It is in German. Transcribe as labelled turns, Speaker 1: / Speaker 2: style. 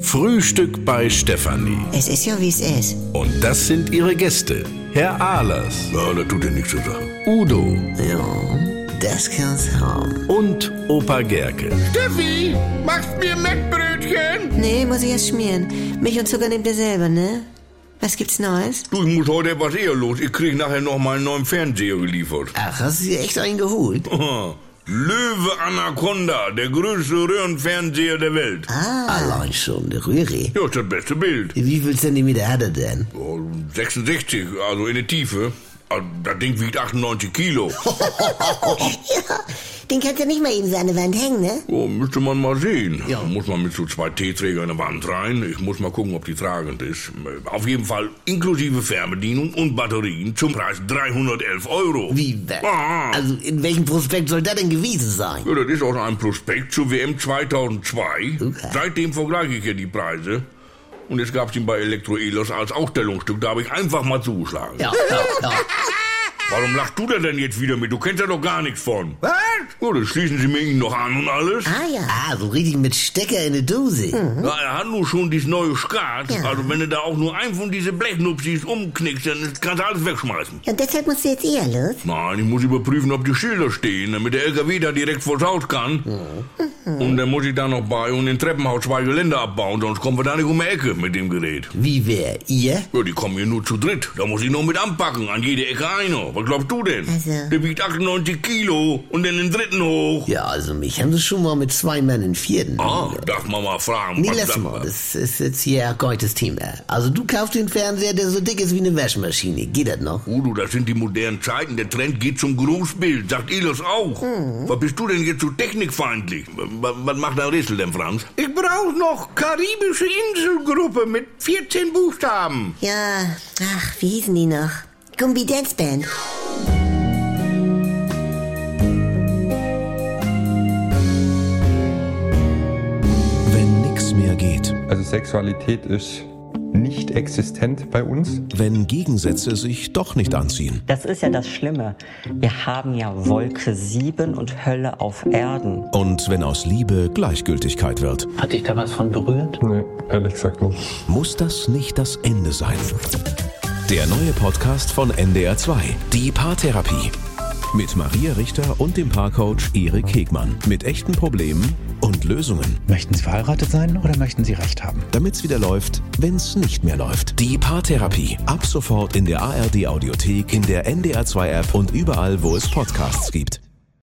Speaker 1: Frühstück bei Stefanie.
Speaker 2: Es ist ja, wie es ist.
Speaker 1: Und das sind ihre Gäste. Herr Ahlers.
Speaker 3: Ja, das tut ja nichts zur Sache.
Speaker 1: Udo.
Speaker 2: Ja, das kann's haben.
Speaker 1: Und Opa Gerke.
Speaker 3: Steffi, machst mir Mettbrötchen?
Speaker 2: Nee, muss ich erst schmieren. Milch und Zucker nehmt ihr selber, ne? Was gibt's Neues?
Speaker 3: Du, ich muss heute etwas eher los. Ich krieg nachher noch mal einen neuen Fernseher geliefert.
Speaker 2: Ach, hast du dir echt einen geholt?
Speaker 3: Löwe Anaconda, der größte Röhrenfernseher der Welt.
Speaker 2: Allein schon, der Röhre.
Speaker 3: Ja, ist das beste Bild.
Speaker 2: Wie viel Zentimeter hat er denn?
Speaker 3: Oh, 66, also in der Tiefe. Also, das Ding wiegt 98 Kilo.
Speaker 2: Ja, den kannst du nicht mal eben so an der Wand hängen, ne?
Speaker 3: Oh, müsste man mal sehen.
Speaker 2: Ja.
Speaker 3: Muss man mit so 2 Teeträgern in der Wand rein. Ich muss mal gucken, ob die tragend ist. Auf jeden Fall inklusive Fernbedienung und Batterien zum Preis 311 €.
Speaker 2: Wie?
Speaker 3: Ah.
Speaker 2: Also, in welchem Prospekt soll das denn gewesen sein?
Speaker 3: Ja, das ist aus einem Prospekt zur WM 2002.
Speaker 2: Okay.
Speaker 3: Seitdem vergleiche ich ja die Preise. Und jetzt gab's ihn bei Elektro-Elos als Ausstellungsstück. Da habe ich einfach mal zugeschlagen.
Speaker 2: Ja.
Speaker 3: Warum lachst du denn jetzt wieder mit? Du kennst ja doch gar nichts von.
Speaker 2: Was?
Speaker 3: Ja, dann schließen sie mir ihn noch an und alles.
Speaker 2: Ah, so richtig mit Stecker in der Dose.
Speaker 3: Ja, er hat nur schon dieses neue Skat.
Speaker 2: Ja.
Speaker 3: Also wenn du da auch nur einen von diesen Blechnupsis umknickst, dann kannst du alles wegschmeißen.
Speaker 2: Und deshalb musst du jetzt eher los?
Speaker 3: Nein, ich muss überprüfen, ob die Schilder stehen, damit der LKW da direkt vors Haus kann. Und dann muss ich da noch bei und im Treppenhaus 2 Geländer abbauen, sonst kommen wir da nicht um die Ecke mit dem Gerät.
Speaker 2: Wie wär ihr?
Speaker 3: Ja, die kommen hier nur zu dritt. Da muss ich noch mit anpacken, an jede Ecke einer. Was glaubst du denn?
Speaker 2: Also.
Speaker 3: Der wiegt 98 Kilo und dann den dritten hoch.
Speaker 2: Ja, also mich haben sie schon mal mit 2 Mann in 4.
Speaker 3: Darf man mal fragen.
Speaker 2: Nee,
Speaker 3: was
Speaker 2: lass
Speaker 3: das
Speaker 2: mal,
Speaker 3: war.
Speaker 2: das ist jetzt hier ein gutes Thema. Also du kaufst den Fernseher, der so dick ist wie eine Waschmaschine. Geht das noch?
Speaker 3: Udo, das sind die modernen Zeiten. Der Trend geht zum Großbild. Sagt Elos auch. Was bist du denn jetzt so technikfeindlich? Was macht der Rätsel denn, Franz? Ich brauche noch Karibische Inselgruppe mit 14 Buchstaben.
Speaker 2: Ja, ach, wie hießen die noch? Gumbi Dance Band.
Speaker 1: Wenn nix mehr geht.
Speaker 4: Also Sexualität ist nicht existent bei uns.
Speaker 1: Wenn Gegensätze sich doch nicht anziehen.
Speaker 5: Das ist ja das Schlimme. Wir haben ja Wolke 7 und Hölle auf Erden.
Speaker 1: Und wenn aus Liebe Gleichgültigkeit wird.
Speaker 6: Hat dich da was von berührt?
Speaker 4: Nee, ehrlich gesagt nicht.
Speaker 1: Muss das nicht das Ende sein? Der neue Podcast von NDR 2. Die Paartherapie. Mit Maria Richter und dem Paarcoach Erik Hegmann. Mit echten Problemen und Lösungen.
Speaker 6: Möchten Sie verheiratet sein oder möchten Sie Recht haben?
Speaker 1: Damit's wieder läuft, wenn's nicht mehr läuft. Die Paartherapie. Ab sofort in der ARD Audiothek, in der NDR 2 App und überall, wo es Podcasts gibt.